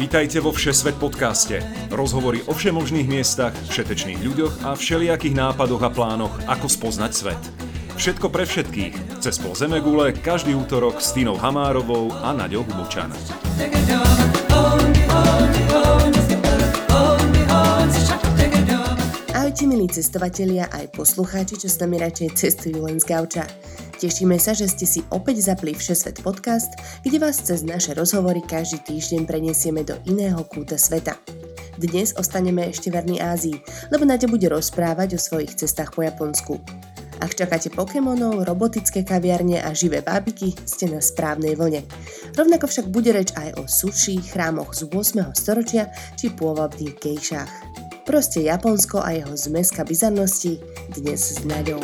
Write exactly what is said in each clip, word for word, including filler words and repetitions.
Vítajte vo Všesvet podcaste. Rozhovory o všemožných miestach, všetečných ľuďoch a všelijakých nápadoch a plánoch, ako spoznať svet. Všetko pre všetkých. Cez pol zemegule každý útorok s Tínou Hamárovou a Naďou Hubočan. Ahojte milí cestovatelia aj poslucháči, čo s nami radšej cestujú len z gauča. Tešíme sa, že ste si opäť zapli Všesvet podcast, kde vás cez naše rozhovory každý týždeň preniesieme do iného kúta sveta. Dnes ostaneme ešte verní Ázii, lebo Naďa bude rozprávať o svojich cestách po Japonsku. Ak čakáte Pokémonov, robotické kaviarne a živé bábiky, ste na správnej vlne. Rovnako však bude reč aj o sushi, chrámoch z ôsmeho storočia či pôvabných gejšách. Proste Japonsko a jeho zmeska bizarnosti dnes s Naďou.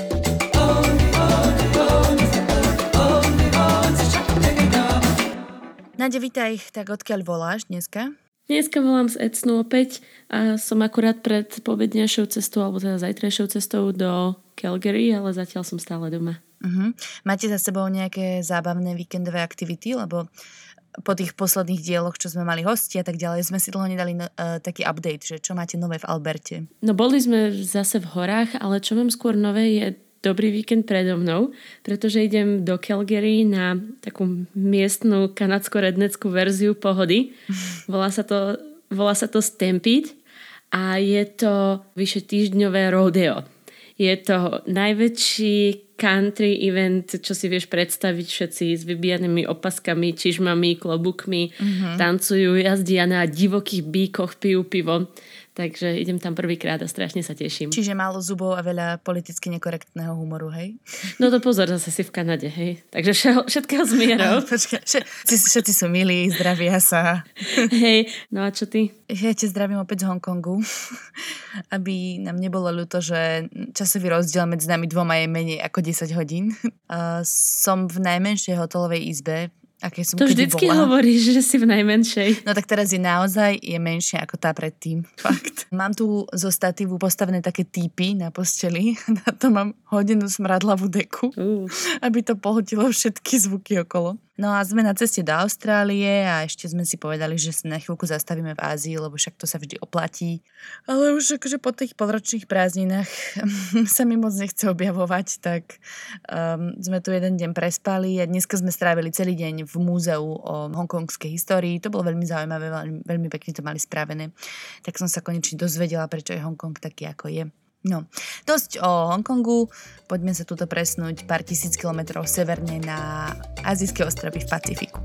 Naďa, vitaj, tak odkiaľ voláš dneska? Dneska volám z Ecnu opäť a som akurát pred povednejšou cestou, alebo teda zajtrajšou cestou do Calgary, ale zatiaľ som stále doma. Uh-huh. Máte za sebou nejaké zábavné víkendové aktivity, lebo po tých posledných dieloch, čo sme mali hosti a tak ďalej, sme si dlho nedali uh, taký update, že čo máte nové v Alberte? No boli sme zase v horách, ale čo mám skôr nové je dobrý víkend predo mnou, pretože idem do Calgary na takú miestnu kanadsko-redneckú verziu pohody. Volá sa to, volá sa to Stampede a je to vyše týždňové rodeo. Je to najväčší country event, čo si vieš predstaviť, všetci s vybijanými opaskami, čižmami, klobúkmi, mm-hmm. tancujú, jazdia na divokých bíkoch, pijú pivo. Takže idem tam prvýkrát a strašne sa teším. Čiže málo zubov a veľa politicky nekorektného humoru, hej? No to pozor, zase si v Kanade, hej? Takže všetko, všetkého s mierou. Počkaj, všetci, všetci sú milí, zdravia sa. Hej, no a čo ty? Ja ťa zdravím opäť z Hongkongu, aby nám nebolo ľúto, že časový rozdiel medzi nami dvoma je menej ako desať hodín. Uh, som v najmenšej hotelovej izbe, aké som to kedy vždycky bola. Hovoríš, že si v najmenšej. No tak teraz je naozaj je menšia ako tá predtým. Fakt. Mám tu zo statívu postavené také týpy na posteli. Na to mám hodenú smradlavú deku, uh. aby to pohltilo všetky zvuky okolo. No a sme na ceste do Austrálie a ešte sme si povedali, že sa na chvíľku zastavíme v Ázii, lebo však to sa vždy oplatí. Ale už akože po tých polročných prázdninách sa mi moc nechce objavovať, tak um, sme tu jeden deň prespali a dneska sme strávili celý deň v múzeu o hongkongskej histórii. To bolo veľmi zaujímavé, veľmi, veľmi pekne to mali spravené. Tak som sa konečne dozvedela, prečo je Hongkong taký, ako je. No, dosť o Hongkongu, poďme sa tuto presnúť pár tisíc kilometrov severne na azijské ostrovy v Pacifiku.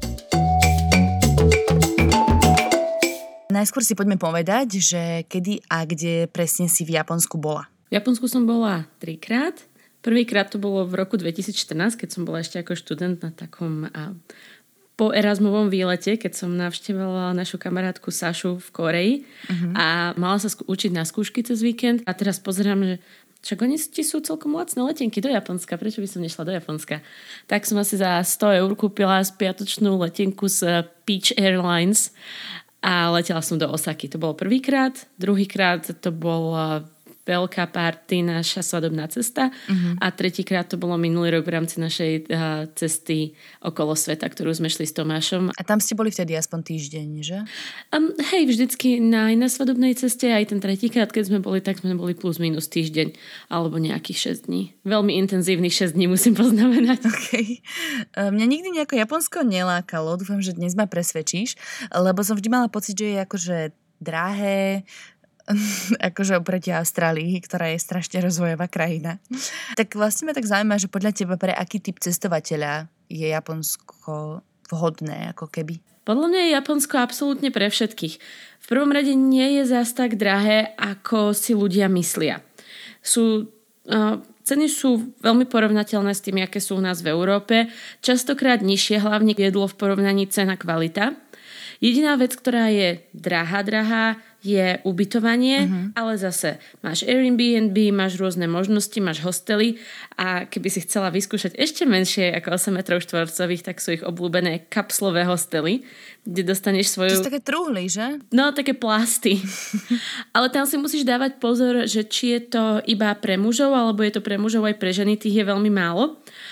Najskôr si poďme povedať, že kedy a kde presne si v Japonsku bola. V Japonsku som bola trikrát. Prvýkrát to bolo v roku dvetisícštrnásť, keď som bola ešte ako študent na takom a, po Erasmovom výlete, keď som navštevovala našu kamarátku Sašu v Koreji uh-huh. a mala sa skú- učiť na skúšky cez víkend a teraz pozerám, že však oni ti sú celkom lacné letenky do Japonska, prečo by som nešla do Japonska? Tak som asi za sto eur kúpila spiatočnú letenku z Peach Airlines a letela som do Osaky. To bolo prvýkrát, druhýkrát to bolo veľká party, naša svadobná cesta uh-huh. a tretíkrát to bolo minulý rok v rámci našej uh, cesty okolo sveta, ktorú sme šli s Tomášom. A tam ste boli vtedy aspoň týždeň, že? Um, hej, vždycky na, na svadobnej ceste aj ten tretíkrát, keď sme boli, tak sme boli plus minus týždeň alebo nejakých šesť dní. Veľmi intenzívnych šesť dní musím poznamenať. Okay. Mňa nikdy nejako Japonsko nelákalo, dúfam, že dnes ma presvedčíš, lebo som vždy mala pocit, že je akože drahé, akože oproti Austrálii, ktorá je strašne rozvojová krajina. Tak vlastne ma tak zaujíma, že podľa teba pre aký typ cestovateľa je Japonsko vhodné, ako keby? Podľa mňa je Japonsko absolútne pre všetkých. V prvom rade nie je zás tak drahé, ako si ľudia myslia. Sú... Uh, Ceny sú veľmi porovnateľné s tými, aké sú u nás v Európe. Častokrát nižšie, hlavne jedlo v porovnaní cena kvalita. Jediná vec, ktorá je drahá, drahá, je ubytovanie, uh-huh. ale zase máš Airbnb, máš rôzne možnosti, máš hostely a keby si chcela vyskúšať ešte menšie ako osem metrov štvorcových, tak sú ich obľúbené kapslové hostely, kde dostaneš svoju... To sú také truhly, že? No, také plasty. Ale tam si musíš dávať pozor, že či je to iba pre mužov, alebo je to pre mužov aj pre ženy, tých je veľmi málo.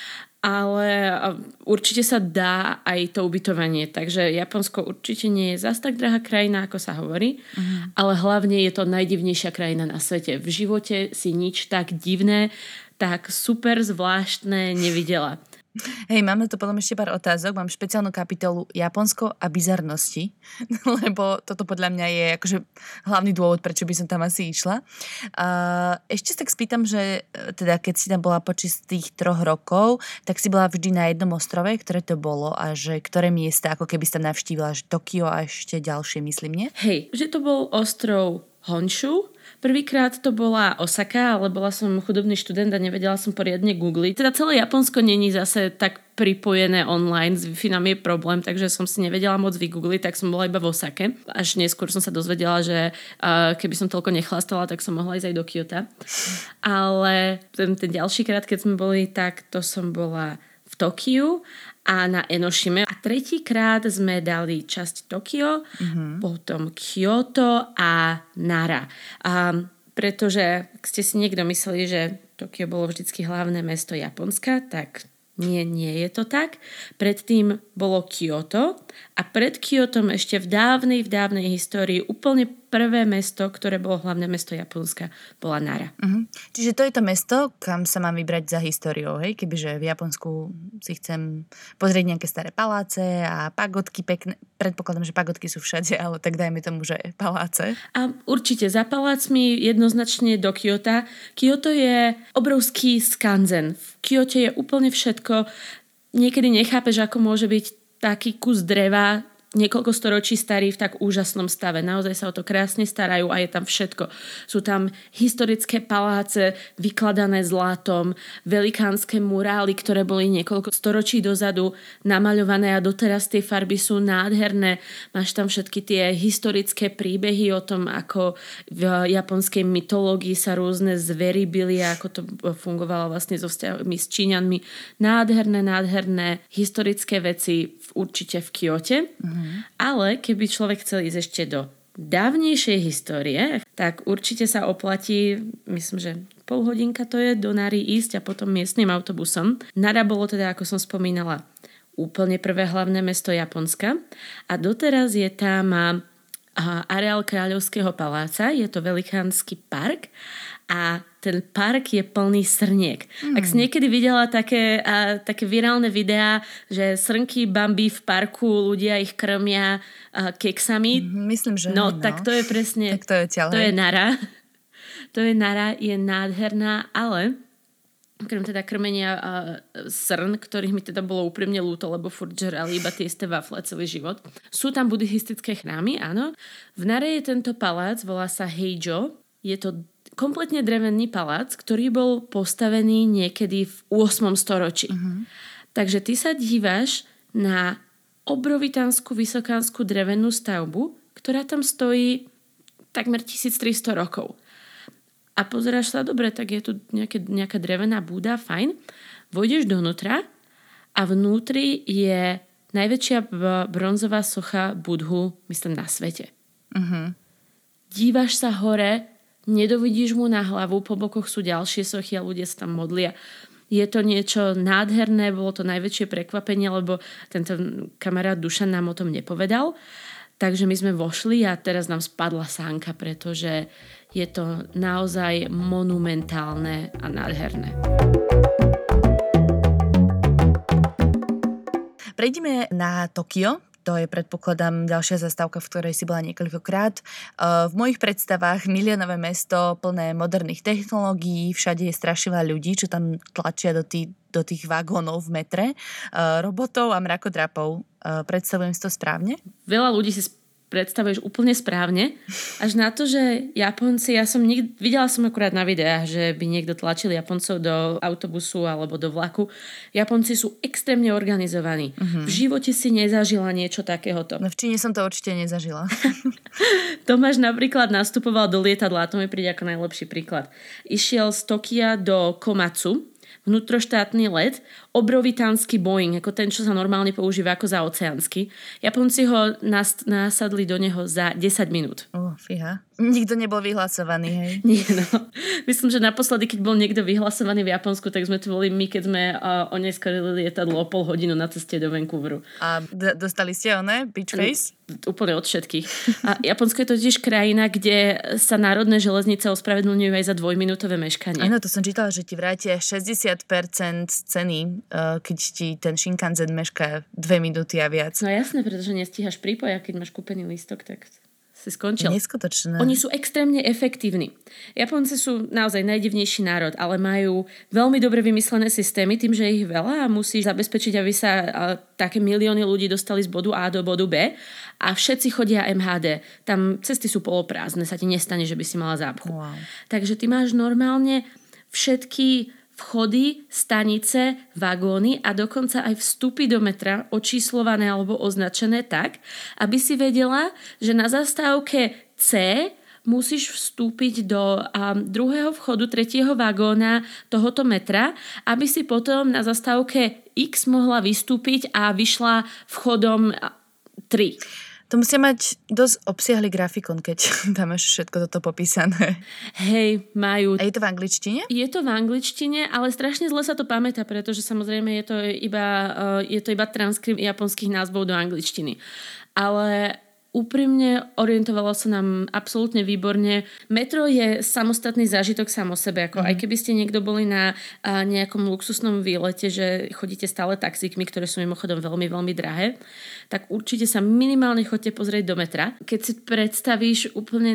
ale určite sa dá aj to ubytovanie. Takže Japonsko určite nie je zas tak drahá krajina, ako sa hovorí, uh-huh. ale hlavne je to najdivnejšia krajina na svete. V živote si nič tak divné, tak super zvláštne nevidela. Hej, máme tu potom ešte pár otázok. Mám špeciálnu kapitolu Japonsko a bizarnosti, lebo toto podľa mňa je akože hlavný dôvod, prečo by som tam asi išla. Uh, ešte sa tak spýtam, že teda keď si tam bola počas tých troch rokov, tak si bola vždy na jednom ostrove, ktoré to bolo a že ktoré miesta, ako keby si tam navštívila, že Tokio a ešte ďalšie, myslím, nie? Hej, že to bol ostrov Honshu. Prvýkrát to bola Osaka, ale bola som chudobný študent a nevedela som poriadne googliť. Teda celé Japonsko není zase tak pripojené online, s Wi-Fi nám je problém, takže som si nevedela moc vygoogliť, tak som bola iba v Osake. Až neskôr som sa dozvedela, že uh, keby som toľko nechlastala, tak som mohla ísť aj do Kyoto. Ale ten, ten ďalší krát, keď sme boli, tak to som bola v Tokiu a na Enoshime. A tretíkrát sme dali časť Tokio, mm-hmm. potom Kyoto a Nara. A pretože ak ste si niekto mysleli, že Tokio bolo vždycky hlavné mesto Japonska, tak nie, nie je to tak. Predtým bolo Kyoto a pred Kyotom ešte v dávnej, v dávnej histórii úplne prvé mesto, ktoré bolo hlavné mesto Japonska, bola Nara. Uh-huh. Čiže to je to mesto, kam sa mám vybrať za históriou, hej? Kebyže v Japonsku si chcem pozrieť nejaké staré paláce a pagodky pekné. Predpokladám, že pagodky sú všade, ale tak dajme tomu, že paláce. A určite za palácmi jednoznačne do Kyoto. Kyoto je obrovský skanzen. V Kyote je úplne všetko. Niekedy nechápeš, ako môže byť taký kus dreva niekoľko storočí starý v tak úžasnom stave. Naozaj sa o to krásne starajú a je tam všetko. Sú tam historické paláce vykladané zlatom, velikánske murály, ktoré boli niekoľko storočí dozadu namaľované a doteraz tie farby sú nádherné. Máš tam všetky tie historické príbehy o tom, ako v japonskej mytológii sa rôzne zvery byli a ako to fungovalo vlastne so vzťahmi s Číňanmi. Nádherné, nádherné historické veci určite v Kyote. Mhm. Ale keby človek chcel ísť ešte do dávnejšej histórie, tak určite sa oplatí, myslím, že pol hodinka to je, do Nary ísť a potom miestnym autobusom. Nara bolo teda, ako som spomínala, úplne prvé hlavné mesto Japonska a doteraz je tam areál Kráľovského paláca, je to velikánsky park a ten park je plný srniek. Mm. Ak si niekedy videla také, a, také virálne videá, že srnky Bambi v parku, ľudia ich krmia a, keksami. Mm, myslím, že no, no. tak to je presne, tak to je, ťaľ, to je Nara. To je Nara, je nádherná, ale okrem teda krmenia a, srn, ktorých mi teda bolo úprimne ľúto, lebo furt žrali iba tie isté wafle celý život. Sú tam buddhistické chrámy, áno. V Nare je tento palác, volá sa Heijo. Je to kompletne drevený palác, ktorý bol postavený niekedy v ôsmom storočí. Uh-huh. Takže ty sa díváš na obrovitánsku vysokánsku drevenú stavbu, ktorá tam stojí takmer tisíctristo rokov. A pozeráš sa, dobre, tak je tu nejaké, nejaká drevená búda, fajn. Vojdeš donútra a vnútri je najväčšia bronzová socha Budhu, myslím, na svete. Uh-huh. Díváš sa hore, nedovidíš mu na hlavu, po bokoch sú ďalšie sochy a ľudia sa tam modlia. Je to niečo nádherné, bolo to najväčšie prekvapenie, lebo tento kamarát Dušan nám o tom nepovedal. Takže my sme vošli a teraz nám spadla sánka, pretože je to naozaj monumentálne a nádherné. Prejdime na Tokio. To je, predpokladám, ďalšia zastávka, v ktorej si bola niekoľkokrát. V mojich predstavách miliónové mesto plné moderných technológií, všade je strašne veľa ľudí, čo tam tlačia do, tý, do tých vagónov v metre, robotov a mrakodrapov. Predstavujem si to správne? Veľa ľudí si predstavuješ úplne správne. Až na to, že Japonci, ja som nikdy, videla som akurát na videách, že by niekto tlačil Japoncov do autobusu alebo do vlaku. Japonci sú extrémne organizovaní. Uh-huh. V živote si nezažila niečo takéhoto. No v Číne som to určite nezažila. Tomáš napríklad nastupoval do lietadla, to mi príde ako najlepší príklad. Išiel z Tokia do Komatsu, vnútroštátny let, obrovitánsky Boeing, ako ten, čo sa normálne používa ako za oceánsky. Japonci ho nas- nasadli do neho za desať minút. Oh, fíha. Nikto nebol vyhlasovaný, hej? Nie, no. Myslím, že naposledy, keď bol niekto vyhlasovaný v Japonsku, tak sme to boli my, keď sme uh, oneskorili lietadlo o pol hodinu na ceste do Vancouveru. A d- dostali ste oné? Beach face? Úplne od všetkých. A Japonsko je totiž krajina, kde sa národné železnice ospravedlňujú aj za dvojminútové meškanie. Áno, to som čítala, že ti vrátia šesťdesiat percent ceny, keď ti ten Shinkansen mešká dve minúty a viac. No jasné, pretože nestíhaš prípoj a keď máš kúpený lístok, tak si skončil. Neskutočné. Oni sú extrémne efektívni. Japonci sú naozaj najdivnejší národ, ale majú veľmi dobre vymyslené systémy, tým, že ich veľa a musí zabezpečiť, aby sa a, také milióny ľudí dostali z bodu A do bodu B a všetci chodia em há dé. Tam cesty sú poloprázdne, sa ti nestane, že by si mala zápchu. Wow. Takže ty máš normálne všetky vchody, stanice, vagóny a dokonca aj vstupy do metra očíslované alebo označené tak, aby si vedela, že na zastávke C musíš vstúpiť do um, druhého vchodu, tretieho vagóna tohoto metra, aby si potom na zastávke X mohla vystúpiť a vyšla vchodom tri. To musia mať dosť obsiahly grafikon, keď tam máš všetko toto popísané. Hej, majú. A je to v angličtine? Je to v angličtine, ale strašne zle sa to pamätá, pretože samozrejme je to iba, uh, je to iba transkript japonských názvov do angličtiny. Ale úprimne orientovalo sa nám absolútne výborne. Metro je samostatný zážitok sám o sebe. Ako mm. Aj keby ste niekto boli na a, nejakom luxusnom výlete, že chodíte stále taxíkmi, ktoré sú mimochodom veľmi, veľmi drahé, tak určite sa minimálne choďte pozrieť do metra. Keď si predstavíš úplne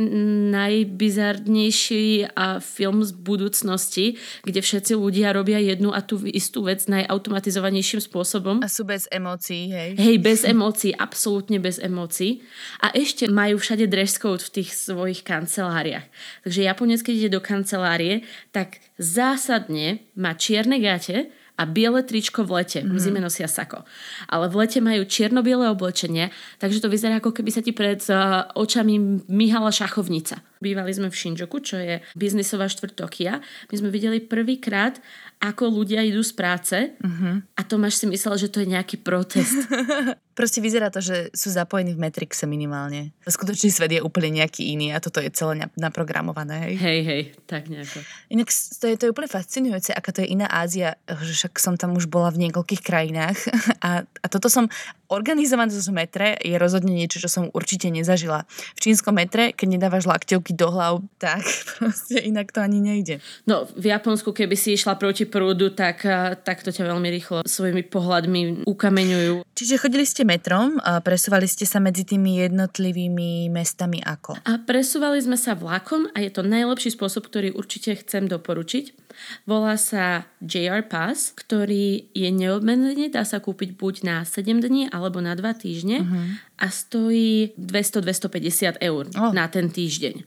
najbizarnejší a film z budúcnosti, kde všetci ľudia robia jednu a tú istú vec najautomatizovanejším spôsobom. A sú bez emócií, hej? Hej, bez emócií, absolútne bez emócií. A ešte majú všade dress code v tých svojich kanceláriách. Takže Japonec, keď ide do kancelárie, tak zásadne má čierne gate a biele tričko v lete. Mm-hmm. V zime nosia sako. Ale v lete majú čierno-biele oblečenie, takže to vyzerá, ako keby sa ti pred uh, očami myhala šachovnica. Bývali sme v Shinjuku, čo je biznisová štvrť Tokia. My sme videli prvýkrát, ako ľudia idú z práce mm-hmm. a Tomáš si myslel, že to je nejaký protest. Proste vyzerá to, že sú zapojení v Matrixe minimálne. Skutočný svet je úplne nejaký iný a toto je celé naprogramované, hej? Hej, hej, tak nejako. Inak to je, to je úplne fascinujúce, aká to je iná Ázia, že však som tam už bola v niekoľkých krajinách a, a toto som organizované z metre je rozhodne niečo, čo som určite nezažila. V čínskom metre, keď nedávaš lakťovky do hlav, tak proste inak to ani nejde. No, v Japonsku, keby si išla proti prúdu, tak, tak to ťa veľmi rýchlo svojimi pohľadmi ukameňujú. Čiže chodili ste metrom a presúvali ste sa medzi tými jednotlivými mestami ako? A presúvali sme sa vlakom a je to najlepší spôsob, ktorý určite chcem doporučiť. Volá sa jé er Pass, ktorý je neobmedzený, dá sa kúpiť buď na sedem dní alebo na dva týždne uh-huh. a stojí dvesto až dvestopäťdesiat eur oh. na ten týždeň.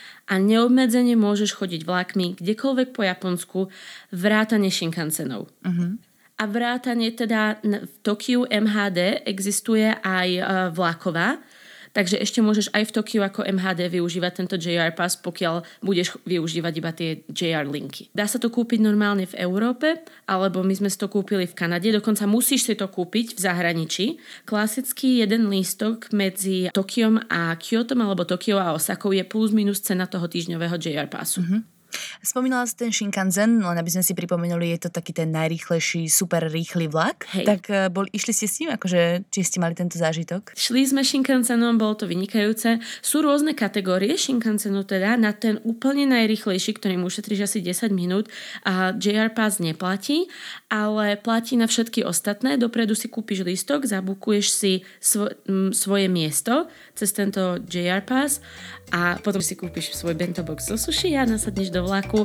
A neobmedzene môžeš chodiť vlakmi kdekoľvek po Japonsku vrátane Shinkansenov. Uh-huh. A vrátane teda v Tokiu em há dé existuje aj vlaková, takže ešte môžeš aj v Tokiu ako em há dé využívať tento jé er Pass, pokiaľ budeš využívať iba tie jé er linky. Dá sa to kúpiť normálne v Európe, alebo my sme si to kúpili v Kanade, dokonca musíš si to kúpiť v zahraničí. Klasický jeden lístok medzi Tokiom a Kyotom alebo Tokio a Osakou je plus minus cena toho týždňového jé er Passu. Mm-hmm. Spomínala si ten Shinkansen, len aby sme si pripomenuli, je to taký ten najrýchlejší, super rýchly vlak. Hej. Tak uh, bol, išli ste s ním, akože, či ste mali tento zážitok? Šli sme Shinkansenom, bolo to vynikajúce. Sú rôzne kategórie Shinkansenu teda, na ten úplne najrýchlejší, ktorým ušetríš asi desať minút a jé er Pass neplatí, ale platí na všetky ostatné. Dopredu si kúpiš lístok, zabukuješ si svo, m, svoje miesto cez tento jé er Pass a potom si kúpiš svoj bento box zo sushi a nasadneš do vlaku.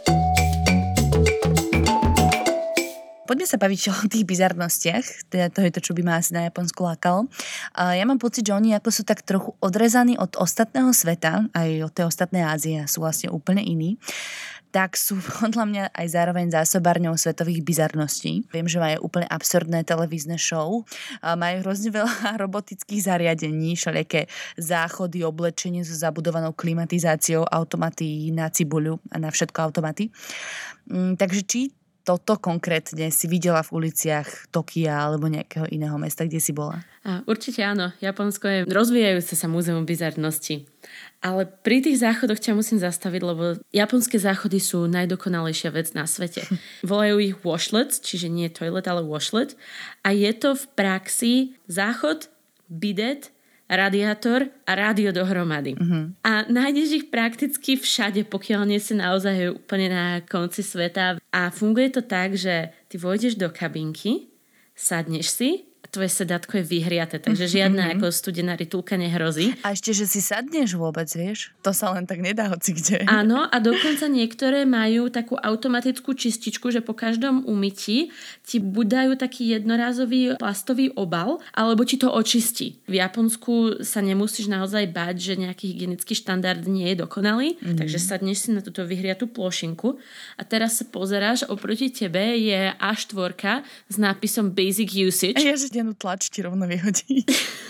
Poďme sa baviť o tých bizarnostiach, teda to je to, čo by ma asi na Japonsku lákalo. Ja mám pocit, že oni ako sú tak trochu odrezaní od ostatného sveta, aj od tej ostatnej Ázie, sú vlastne úplne iní, tak sú podľa mňa aj zároveň zásobárňou svetových bizarností. Viem, že majú úplne absurdné televízne show, majú hrozne veľa robotických zariadení, všelijaké záchody, oblečenie so zabudovanou klimatizáciou, automaty na cibuľu a na všetko automaty. Takže či toto konkrétne si videla v uliciach Tokia alebo nejakého iného mesta, kde si bola? A určite áno. Japonsko je rozvíjajúce sa múzeum bizarnosti. Ale pri tých záchodoch ťa musím zastaviť, lebo japonské záchody sú najdokonalejšia vec na svete. Volajú ich washlets, čiže nie toilet, ale washlet. A je to v praxi záchod, bidet, radiátor a rádio dohromady. Uh-huh. A nájdeš ich prakticky všade, pokiaľ nie si naozaj úplne na konci sveta. A funguje to tak, že ty vojdeš do kabinky, sadneš si, tvoje sedátko je vyhriaté, takže žiadna mm-hmm. ako studená ritulka nehrozí. A ešte, že si sadneš vôbec, vieš? To sa len tak nedá hoci kde. Áno, a dokonca niektoré majú takú automatickú čističku, že po každom umytí ti buď dajú taký jednorázový plastový obal, alebo ti to očistí. V Japonsku sa nemusíš naozaj báť, že nejaký hygienický štandard nie je dokonalý, mm-hmm. takže sadneš si na túto vyhriatú plošinku a teraz sa pozeráš, oproti tebe je á štyri s nápisom Basic Usage. A ja, že denú tlač ti rovno vyhodí.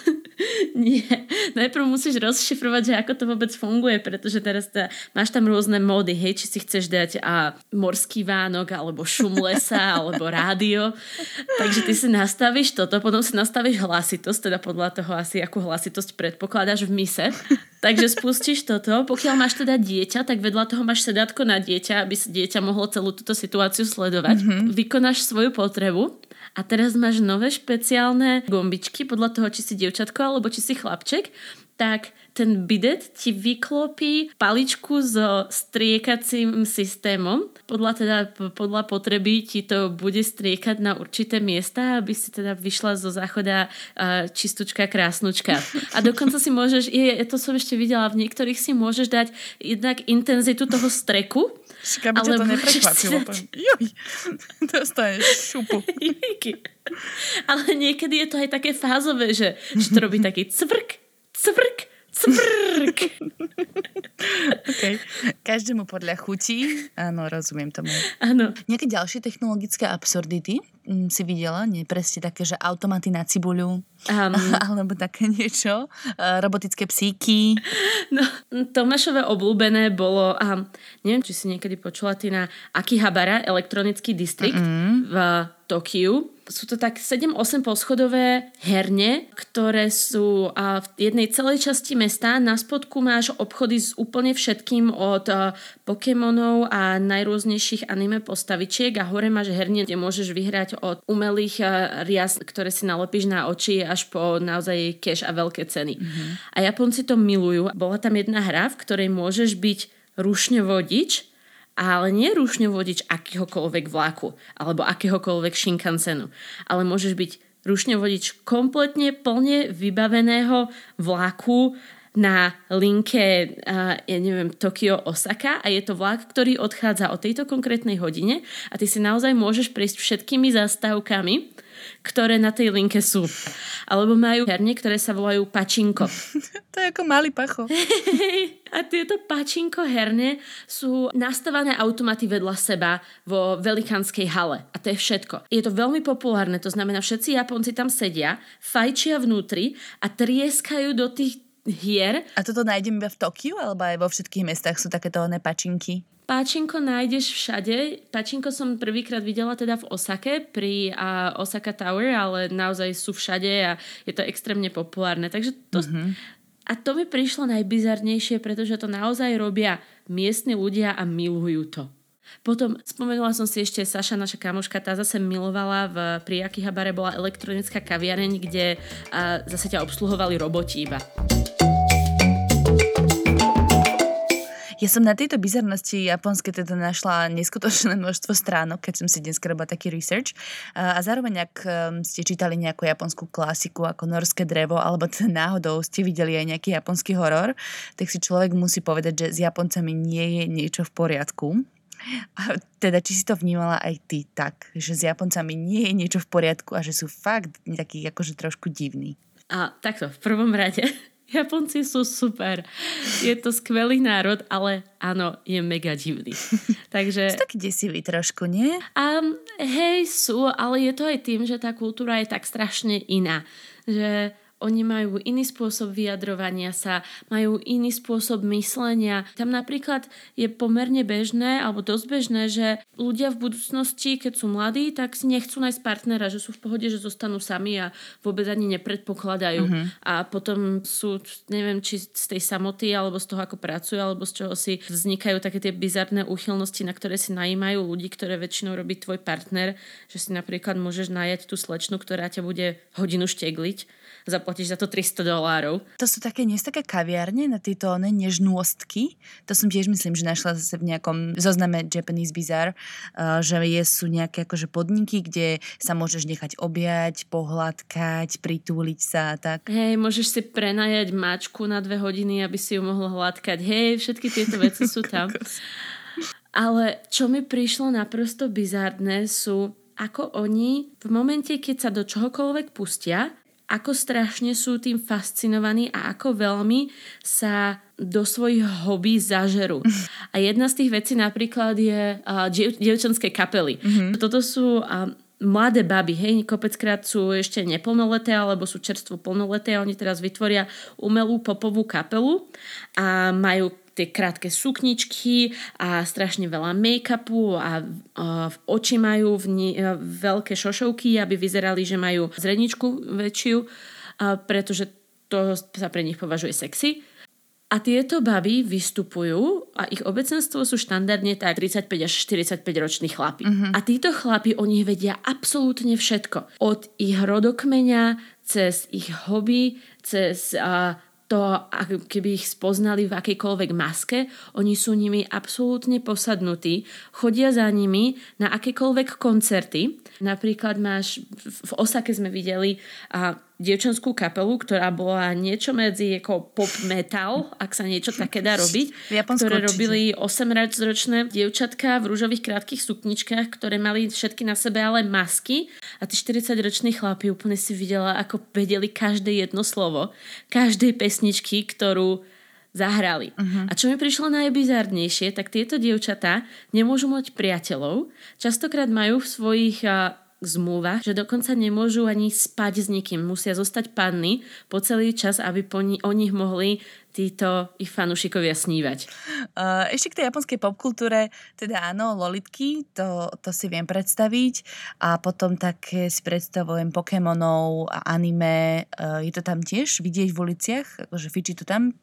Nie. Najprv musíš rozšifrovať, že ako to vôbec funguje, pretože teraz tá, máš tam rôzne módy, hej, či si chceš dať a morský vánok, alebo šum lesa, alebo rádio. Takže ty si nastavíš toto, potom si nastavíš hlasitosť, teda podľa toho asi, akú hlasitosť predpokladáš v mise. Takže spustíš toto. Pokiaľ máš teda dieťa, tak vedľa toho máš sedátko na dieťa, aby si dieťa mohlo celú túto situáciu sledovať. Mm-hmm. Vykonáš svoju potrebu. A teraz máš nové špeciálne gombičky podľa toho, či si dievčatko alebo či si chlapček, tak ten bidet ti vyklopí paličku so striekacím systémom. Podľa, teda, podľa potreby ti to bude striekať na určité miesta, aby si teda vyšla zo záchoda uh, čistúčka, krásnučka. A dokonca si môžeš, je, to som ešte videla, v niektorých si môžeš dať jednak intenzitu toho streku. Škáby ťa to neprekvapilo. Juj, dostaneš šupu. Ale niekedy je to aj také fázové, že, že to robí taký cvrk, cvrk, cvrk. Okay. Každému podľa chutí. Áno, rozumiem tomu. Áno. Nejaké ďalšie technologické absurdity mm, si videla? Nie, presne také, že automaty na cibuľu. Um, alebo také niečo. Uh, robotické psíky. No, Tomášové obľúbené bolo, um, neviem, či si niekedy počula ty na Akihabara, elektronický distrikt mm-hmm. v Tokiu. Sú to tak sedem osem poschodové herne, ktoré sú a v jednej celej časti mesta. Na spodku máš obchody s úplne všetkým od uh, Pokémonov a najrôznejších anime postavičiek a hore máš herne, kde môžeš vyhrať od umelých uh, rias, ktoré si nalepíš na oči až po naozaj cash a veľké ceny. Mm-hmm. A Japonci to milujú. Bola tam jedna hra, v ktorej môžeš byť rušňovodič, ale nie rušňovodič akéhokoľvek vlaku alebo akéhokoľvek Shinkansenu, ale môžeš byť rušňovodič kompletne plne vybaveného vlaku na linke, uh, ja neviem, Tokio Osaka a je to vlak, ktorý odchádza o tejto konkrétnej hodine a ty si naozaj môžeš prejsť všetkými zastávkami, ktoré na tej linke sú. Alebo majú herne, ktoré sa volajú pačinko. To je ako malý pacho. A tieto pačinko herne sú nastavené automaty vedľa seba vo velikánskej hale. A to je všetko. Je to veľmi populárne, to znamená, všetci Japonci tam sedia, fajčia vnútri a trieskajú do tých hier. A toto nájdem iba v Tokiu, alebo aj vo všetkých mestách sú takéto pačinky? Páčinko nájdeš všade. Páčinko som prvýkrát videla teda v Osake pri uh, Osaka Tower, ale naozaj sú všade a je to extrémne populárne. Takže to, uh-huh. A to mi prišlo najbizarnejšie, pretože to naozaj robia miestni ľudia a milujú to. Potom spomenula som si ešte Saša, naša kamoška, tá zase milovala v, pri Akihabare bola elektronická kaviareň, kde uh, zase ťa obsluhovali roboti iba. Ja som na tejto bizarnosti japonskej teda našla neskutočné množstvo stránok, keď som si dnes robila taký research. A zároveň, ak ste čítali nejakú japonskú klasiku ako Norské drevo, alebo teda náhodou ste videli aj nejaký japonský horor, tak si človek musí povedať, že s Japoncami nie je niečo v poriadku. A teda, či si to vnímala aj ty tak, že s Japoncami nie je niečo v poriadku a že sú fakt takí akože trošku divní. A takto, v prvom rade... Japonci sú super. Je to skvelý národ, ale áno, je mega divný. Takže... Sú taký desivý trošku, nie? Um, hej, sú, ale je to aj tým, že tá kultúra je tak strašne iná. Že oni majú iný spôsob vyjadrovania sa, majú iný spôsob myslenia. Tam napríklad je pomerne bežné, alebo dosť bežné, že ľudia v budúcnosti, keď sú mladí, tak si nechcú nájsť partnera, že sú v pohode, že zostanú sami a vôbec ani nepredpokladajú. Uh-huh. A potom sú, neviem, či z tej samoty, alebo z toho, ako pracujú, alebo z čoho si vznikajú také tie bizarné úchylnosti, na ktoré si najímajú ľudí, ktoré väčšinou robí tvoj partner, že si napríklad môžeš najať tú slečnu, ktorá ťa bude hodinu štegliť. Zaplatíš za to tristo dolárov. To sú také, nie sú také kaviárne na tieto ne, nežnôstky. To som tiež myslím, že našla zase v nejakom zozname Japanese Bazaar, uh, že je, sú nejaké akože podniky, kde sa môžeš nechať objať, pohľadkať, pritúliť sa a tak. Hej, môžeš si prenajať mačku na dve hodiny, aby si ju mohol hladkať. Hej, všetky tieto veci sú tam. Ale čo mi prišlo naprosto bizárne sú, ako oni v momente, keď sa do čohokoľvek pustia, ako strašne sú tým fascinovaní a ako veľmi sa do svojich hobby zažerú. A jedna z tých vecí napríklad je uh, diev- dievčenské kapely. Mm-hmm. Toto sú uh, mladé baby, hej, kopeckrát sú ešte neplnoleté alebo sú čerstvo plnoleté a oni teraz vytvoria umelú popovú kapelu a majú tie krátke sukničky a strašne veľa make-upu a uh, v oči majú v ni- uh, veľké šošovky, aby vyzerali, že majú zreničku väčšiu, uh, pretože to sa pre nich považuje sexy. A tieto baby vystupujú a ich obecenstvo sú štandardne tak tridsaťpäť až štyridsaťpäť roční chlapi. Uh-huh. A títo chlapi o nich vedia absolútne všetko. Od ich rodokmeňa, cez ich hobby, cez... Uh, to, keby ich spoznali v akejkoľvek maske, oni sú nimi absolútne posadnutí, chodia za nimi na akékoľvek koncerty. Napríklad máš, v Osake sme videli a dievčenskú kapelu, ktorá bola niečo medzi ako pop metal, ak sa niečo také dá robiť, ktoré robili osemročné dievčatka v ružových krátkych sukničkách, ktoré mali všetky na sebe ale masky a tí štyridsaťroční chlapi úplne si videla, ako vedeli každé jedno slovo, každej pesničky, ktorú zahrali. Uh-huh. A čo mi prišlo najbizárnejšie, tak tieto dievčatá nemôžu mať priateľov, častokrát majú v svojich zmluvách, že dokonca nemôžu ani spať s nikým. Musia zostať panny po celý čas, aby po ni- o nich mohli títo ich fanúšikovia snívať. Uh, ešte k tej japonskej popkultúre, teda áno, lolitky, to, to si viem predstaviť a potom také si predstavujem Pokémonov a anime. Uh, je to tam tiež vidieť v uliciach? Akože fičí to tam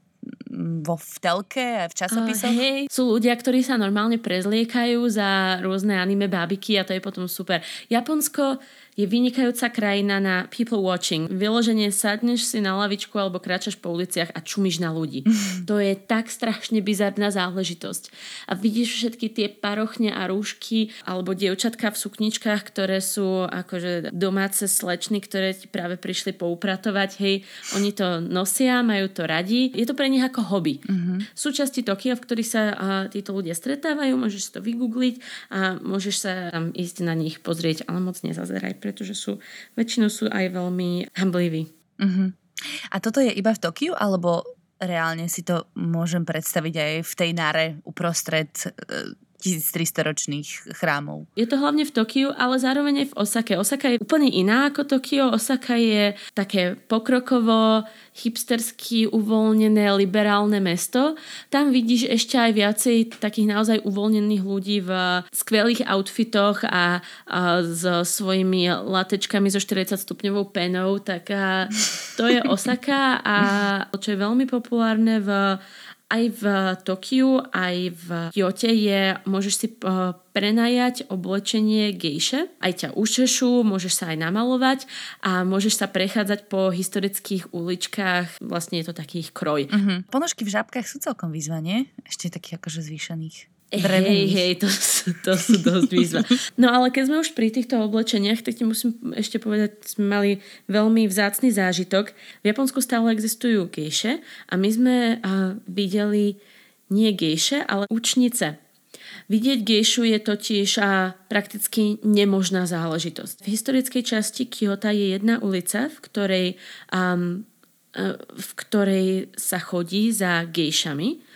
vo v telke a v časopisoch? Uh, hej, sú ľudia, ktorí sa normálne prezliekajú za rôzne anime bábiky a to je potom super. Japonsko je vynikajúca krajina na people watching. Vyloženie sadneš si na lavičku alebo kráčaš po uliciach a čumíš na ľudí. Mm. To je tak strašne bizarná záležitosť. A vidíš všetky tie parochne a rúšky alebo dievčatka v sukničkách, ktoré sú akože domáce slečny, ktoré ti práve prišli poupratovať. Hej, oni to nosia, majú to radi. Je to pre nich ako hobby. Mm-hmm. Súčasti Tokia, v ktorých sa a, títo ľudia stretávajú, môžeš si to vygoogliť a môžeš sa tam ísť na nich pozrieť, ale moc nezazeraj, pretože sú, väčšinou sú aj veľmi hambliví. Uh-huh. A toto je iba v Tokiu, alebo reálne si to môžem predstaviť aj v tej Nare uprostred e, tisíctristo ročných chrámov? Je to hlavne v Tokiu, ale zároveň aj v Osake. Osaka je úplne iná ako Tokio. Osaka je také pokrokovo, hipstersky, uvoľnené, liberálne mesto. Tam vidíš ešte aj viacej takých naozaj uvoľnených ľudí v skvelých outfitoch a, a s svojimi latečkami so štyridsať stupňovou penou. Tak a, to je Osaka a čo je veľmi populárne v aj v Tokiu, aj v Kyote je, môžeš si uh, prenajať oblečenie gejše, aj ťa ušešu, môžeš sa aj namalovať a môžeš sa prechádzať po historických uličkách, vlastne je to taký ich kroj. Uh-huh. Ponožky v žábkach sú celkom výzva, nie? Ešte takých akože zvýšených. Hej, hej, to, to sú dosť výzva. No ale keď sme už pri týchto oblečeniach, tak ti musím ešte povedať, sme mali veľmi vzácny zážitok. V Japonsku stále existujú gejše a my sme uh, videli nie gejše, ale učnice. Vidieť gejšu je totiž uh, prakticky nemožná záležitosť. V historickej časti Kyoto je jedna ulica, v ktorej, um, uh, v ktorej sa chodí za gejšami.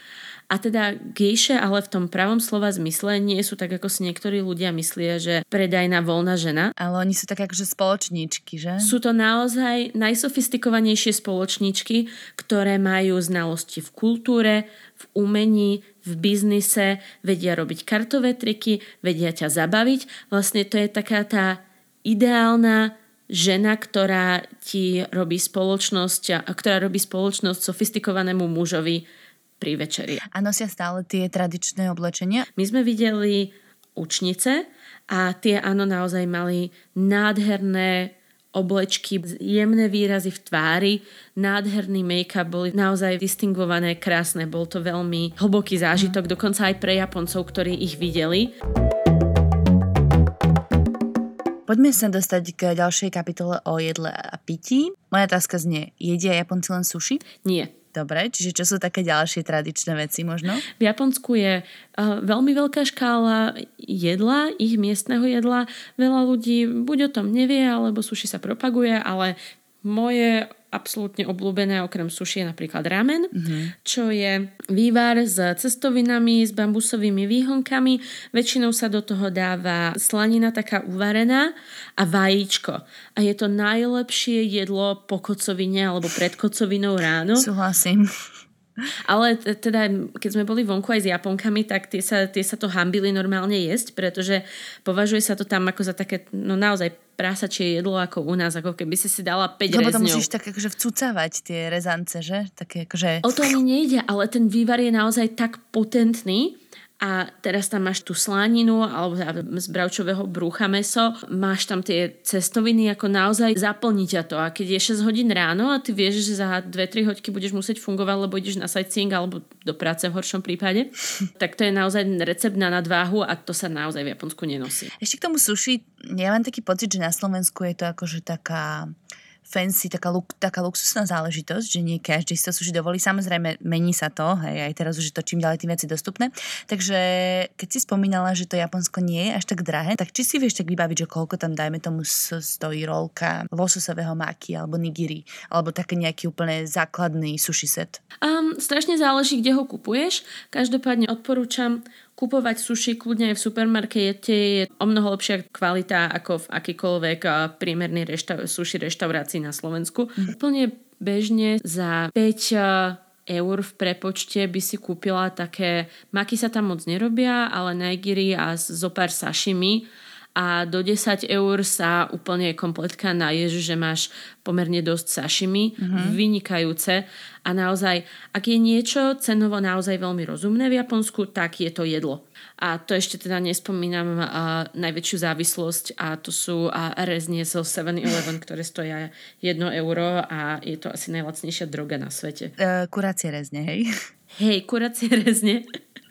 A teda gejše, ale v tom pravom slova zmysle nie sú tak, ako si niektorí ľudia myslia, že predajná voľná žena. Ale oni sú tak akože spoločníčky, že? Sú to naozaj najsofistikovanejšie spoločníčky, ktoré majú znalosti v kultúre, v umení, v biznise, vedia robiť kartové triky, vedia ťa zabaviť. Vlastne to je taká tá ideálna žena, ktorá ti robí spoločnosť, a ktorá robí spoločnosť sofistikovanému mužovi pri večeri. A nosia stále tie tradičné oblečenia? My sme videli učnice a tie áno naozaj mali nádherné oblečky, jemné výrazy v tvári, nádherný make-up, boli naozaj distingované, krásne. Bol to veľmi hlboký zážitok, mm. dokonca aj pre Japoncov, ktorí ich videli. Poďme sa dostať k ďalšej kapitole o jedle a pití. Moja otázka znie, jedia Japonci len sushi? Nie. Dobre, čiže čo sú také ďalšie tradičné veci možno? V Japonsku je uh, veľmi veľká škála jedla, ich miestneho jedla. Veľa ľudí buď o tom nevie, alebo sushi sa propaguje, ale moje absolútne obľúbené okrem sushi je napríklad ramen, mm-hmm. čo je vývar s cestovinami, s bambusovými výhonkami. Väčšinou sa do toho dáva slanina taká uvarená a vajíčko. A je to najlepšie jedlo po kocovine alebo pred kocovinou ráno. Súhlasím. Ale teda, keď sme boli vonku aj s Japonkami, tak tie sa, tie sa to hambili normálne jesť, pretože považuje sa to tam ako za také, no naozaj prásačie jedlo ako u nás, ako keby si si dala päť rezňov. Lebo rezňov. to musíš tak akože vcucávať tie rezance, že? Také akože... O to ani nejde, ale ten vývar je naozaj tak potentný. A teraz tam máš tú sláninu alebo z bravčového brúcha mäso, máš tam tie cestoviny, ako naozaj zaplní ťa to. A keď je šesť hodín ráno a ty vieš, že za dve tri hoďky budeš musieť fungovať, lebo ideš na sightseeing alebo do práce v horšom prípade, tak to je naozaj recept na nadváhu a to sa naozaj v Japonsku nenosí. Ešte k tomu sushi, ja mám taký pocit, že na Slovensku je to akože taká fancy, taká, luk, taká luxusná záležitosť, že nie každý si to sushi dovolí. Samozrejme, mení sa to, hej, aj teraz už je to čím ďalej tým veci dostupné. Takže keď si spomínala, že to Japonsko nie je až tak drahé, tak či si vieš tak vybaviť, že koľko tam, dajme tomu, stojí rolka lososového maki alebo nigiri, alebo také nejaký úplne základný sushi set? Um, strašne záleží, kde ho kupuješ. Každopádne odporúčam kupovať sushi kľudne aj v supermarkete, je o mnoho lepšia kvalita ako v akýkoľvek priemerný rešta- sushi reštaurácii na Slovensku. Mm. Úplne bežne za päť eur v prepočte by si kúpila také, maki sa tam moc nerobia, ale nigiri a zopár sashimi a do desať eur sa úplne kompletka naješ, že máš pomerne dosť sashimi, mm-hmm. vynikajúce a naozaj, ak je niečo cenovo naozaj veľmi rozumné v Japonsku, tak je to jedlo. A to ešte teda nespomínam a, najväčšiu závislosť a to sú a, reznie zo seven eleven, ktoré stoja jedno euro a je to asi najlacnejšia droga na svete. Uh, kuracie rezne, hej? Hej, kuracie rezne.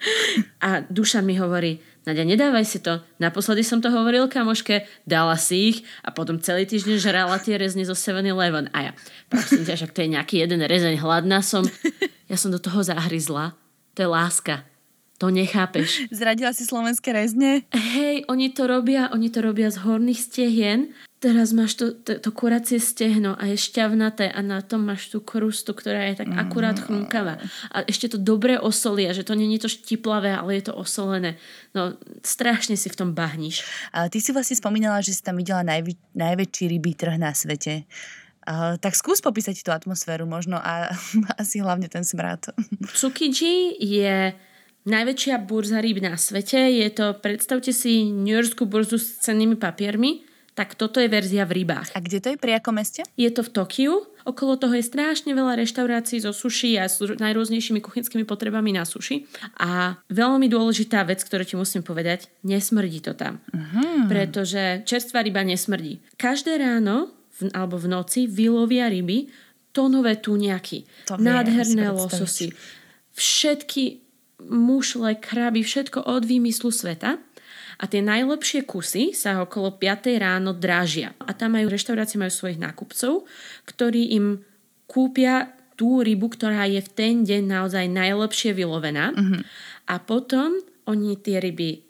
A Dušan mi hovorí, Naďa, nedávaj si to. Naposledy som to hovoril kamoške, dala si ich a potom celý týždeň žrala tie rezne zo seven eleven. A ja, prosím ťa, však to je nejaký jeden rezeň, hladná som. Ja som do toho zahryzla. To je láska. To nechápeš. Zradila si slovenské rezne? Hej, oni to robia, oni to robia z horných stehien. Teraz máš to, to, to kuracie stehno a je šťavnaté a na tom máš tú krustu, ktorá je tak akurát chrumkavá. A ešte to dobre osolia, že to nie je to štiplavé, ale je to osolené. No, strašne si v tom bahníš. A ty si vlastne spomínala, že si tam videla najvi- najväčší rybí trh na svete. Uh, tak skús popísať tú atmosféru možno a asi hlavne ten smrad. Tsukiji je najväčšia burza rýb na svete. Je to, predstavte si newyorskú burzu s cennými papiermi, tak toto je verzia v rybách. A kde to je? Pri akom meste? Je to v Tokiu. Okolo toho je strašne veľa reštaurácií zo sushi a s najrôznejšími kuchynskými potrebami na sushi. A veľmi dôležitá vec, ktorú ti musím povedať, nesmrdí to tam. Uh-huh. Pretože čerstvá ryba nesmrdí. Každé ráno v, alebo v noci vylovia ryby tónové túňaky, nádherné lososy, všetky mušle, kraby, všetko od výmyslu sveta. A tie najlepšie kusy sa okolo piatej ráno drážia. A tam majú reštaurácie, majú svojich nákupcov, ktorí im kúpia tú rybu, ktorá je v ten deň naozaj najlepšie vylovená. Mm-hmm. A potom oni tie ryby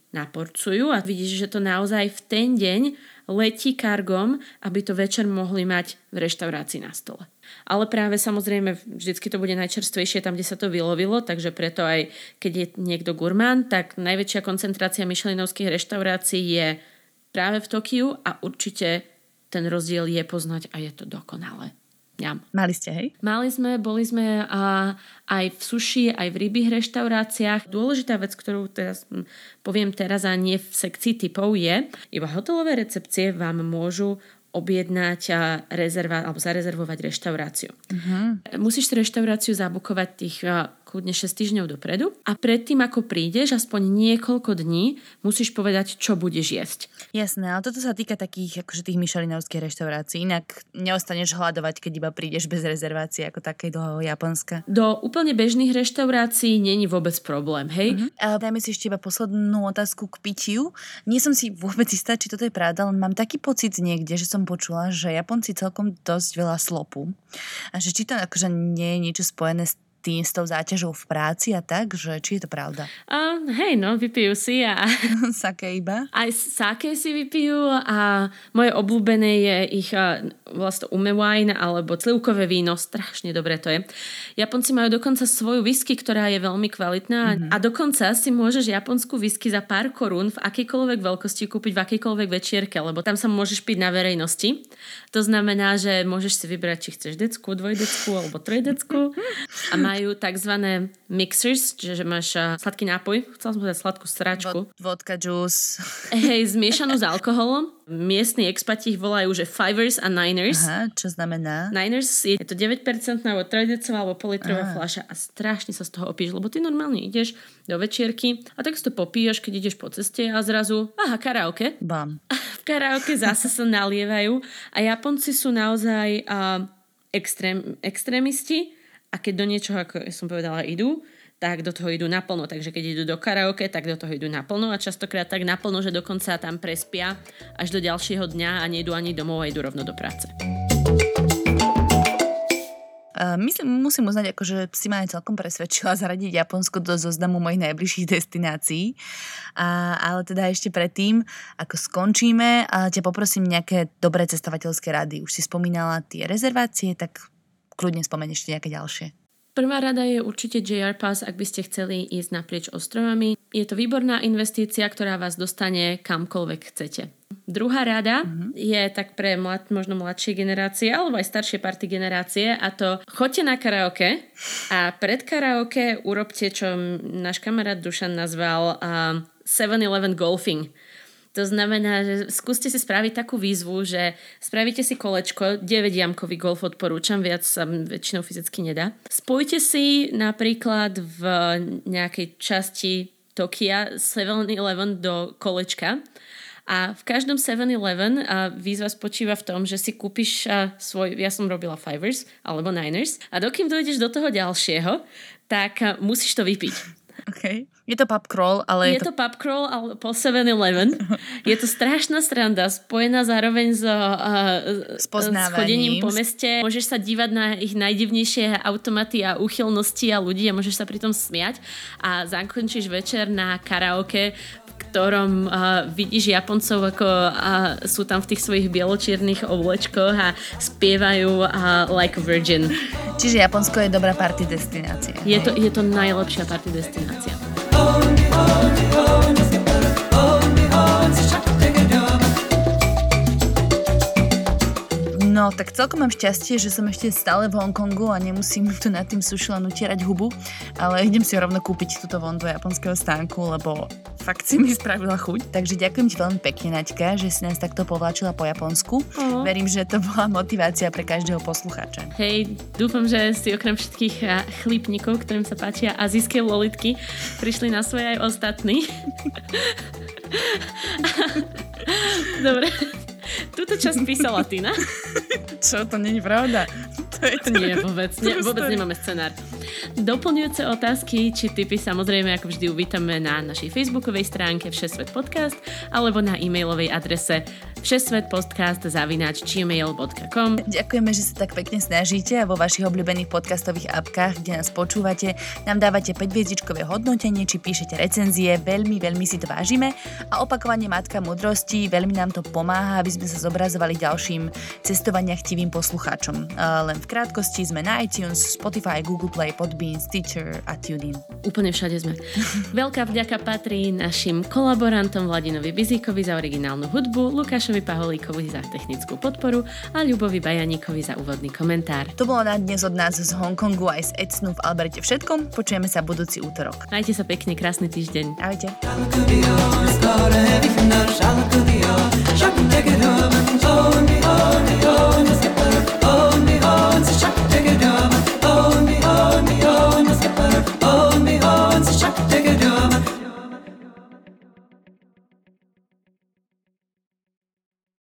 naporcujú a vidíš, že to naozaj v ten deň letí kargom, aby to večer mohli mať v reštaurácii na stole. Ale práve samozrejme vždycky to bude najčerstvejšie tam, kde sa to vylovilo, takže preto aj keď je niekto gurmán, tak najväčšia koncentrácia michelinovských reštaurácií je práve v Tokiu a určite ten rozdiel je poznať a je to dokonalé. Ňam. Mali ste, hej? Mali sme, boli sme a, aj v sushi, aj v rybých reštauráciách. Dôležitá vec, ktorú teraz poviem teraz a nie v sekcii typov je, iba hotelové recepcie vám môžu objednať a rezerva, alebo zarezervovať reštauráciu. Uh-huh. Musíš reštauráciu zabukovať tých kľudne šesť týždňov dopredu a predtým, ako prídeš, aspoň niekoľko dní musíš povedať, čo budeš jesť. Jasné, ale toto sa týka takých akože tých michelinovských reštaurácií. Inak neostaneš hľadovať, keď iba prídeš bez rezervácie ako takej do Japonska. Do úplne bežných reštaurácií není vôbec problém, hej? Uh-huh. A dajme si ešte iba poslednú otázku k pitiu. Nie som si vôbec istá, či toto je pravda, len mám taký pocit niekde, že som počula, že Japonci celkom dosť veľa slopu. A že či to akože nie je niečo spojené s tým, s tou záťažou v práci a tak, že či je to pravda? Uh, hej, no, vypijú si a... Sake iba? Aj sake si vypijú a moje obľúbené je ich uh, vlastne ume wine alebo slivkové víno, strašne dobré to je. Japonci majú dokonca svoju whisky, ktorá je veľmi kvalitná mm-hmm. a dokonca si môžeš japonskú whisky za pár korún v akejkoľvek veľkosti kúpiť v akejkoľvek večierke, lebo tam sa môžeš piť na verejnosti. To znamená, že môžeš si vybrať, či chceš decku, dvojdecku alebo trojdecku a majú takzvané mixers, čiže máš sladký nápoj, chcela som povedať sladkú sračku. Vodka juice. Hej, zmiešanú s alkoholom. Miestni expati ich volajú, že fivers a niners. Aha, čo znamená? Niners je to deväť percent alebo trojdecová alebo politrová fľaša a strašne sa z toho opíš, lebo ty normálne ideš do večierky a tak si to popíjaš, keď ideš po ceste a zrazu, aha, karaoke. Bam. V karaoke zase sa nalievajú a Japonci sú naozaj uh, extrém, extrémisti a keď do niečoho, ako som povedala, idú, tak do toho idú naplno. Takže keď idú do karaoke, tak do toho idú naplno a častokrát tak naplno, že dokonca tam prespia až do ďalšieho dňa a nejdú ani domov a idú rovno do práce. Uh, myslím, musím uznať, ako, že si ma aj celkom presvedčila zaradiť Japonsko do zoznamu mojich najbližších destinácií. A, ale teda ešte predtým, ako skončíme, a ťa poprosím nejaké dobré cestovateľské rady. Už si spomínala tie rezervácie, tak kľudne spomenieš ešte nejaké ďalšie. Prvá rada je určite jé er Pass, ak by ste chceli ísť naprieč ostrovami. Je to výborná investícia, ktorá vás dostane kamkoľvek chcete. Druhá rada uh-huh. je tak pre mlad, možno mladšie generácie alebo aj staršie party generácie a to choďte na karaoke a pred karaoke urobte, čo náš kamarát Dušan nazval uh, seven eleven golfing. To znamená, že skúste si spraviť takú výzvu, že spravíte si kolečko, deväťjamkový golf odporúčam, viac sa väčšinou fyzicky nedá. Spojte si napríklad v nejakej časti Tokia seven eleven do kolečka a v každom seven eleven výzva spočíva v tom, že si kúpiš svoj, ja som robila fivers alebo niners a dokým dojdeš do toho ďalšieho, tak musíš to vypiť. Okay. Je to pub crawl, ale... Je, je to... to pub crawl ale po seven eleven. Je to strašná sranda, spojená zároveň s, uh, s chodením po meste. Môžeš sa dívať na ich najdivnejšie automaty a úchylnosti a ľudí a môžeš sa pritom smiať a zakončíš večer na karaoke, v ktorom uh, vidíš Japoncov, ako uh, sú tam v tých svojich bieločiernych oblečkoch a spievajú uh, Like a Virgin. Čiže Japonsko je dobrá party destinácia. Je to, je to najlepšia party destinácia. No, tak celkom mám šťastie, že som ešte stále v Hongkongu a nemusím tu nad tým sushi len utierať hubu, ale idem si rovno kúpiť túto von do japonského stánku, lebo fakt si mi spravila chuť. Takže ďakujem ti veľmi pekne, Naďka, že si nás takto povláčila po Japonsku. Uh-huh. Verím, že to bola motivácia pre každého poslucháča. Hej, dúfam, že si okrem všetkých chlípnikov, ktorým sa páčia azijské lolitky, prišli na svoje aj ostatní. Dobre. Túto časť písala Tina. Čo, to nie je pravda? To je to nie, vôbec, ne, vôbec nemáme scenár. Doplňujúce otázky či tipy samozrejme ako vždy uvítame na našej facebookovej stránke Všesvet podcast alebo na e-mailovej adrese všesvetpodcast zavináč gmail bodka com. Ďakujeme, že sa tak pekne snažíte a vo vašich obľúbených podcastových apkách, kde nás počúvate, nám dávate päť hviezdičkové hodnotenie či píšete recenzie. Veľmi, veľmi si to vážime a opakovanie matka múdrosti, veľmi nám to pomáha, aby sme sa zobrazovali ďalším cestovania chtivým poslucháčom. Len v krátkosti sme na iTunes, Spotify, Google Play, Podbean, Stitcher a TuneIn. Úplne všade sme. Veľká vďaka patrí našim kolaborantom Vladinovi Bizíkovi za originálnu hudbu, Lukášovi Paholíkovi za technickú podporu a Ľubovi Bajaníkovi za úvodný komentár. To bolo na dnes od nás z Hongkongu aj z Ecnu v Alberte všetko. Počujeme sa budúci útorok. Majte sa pekne, krásny týždeň. Ahojte.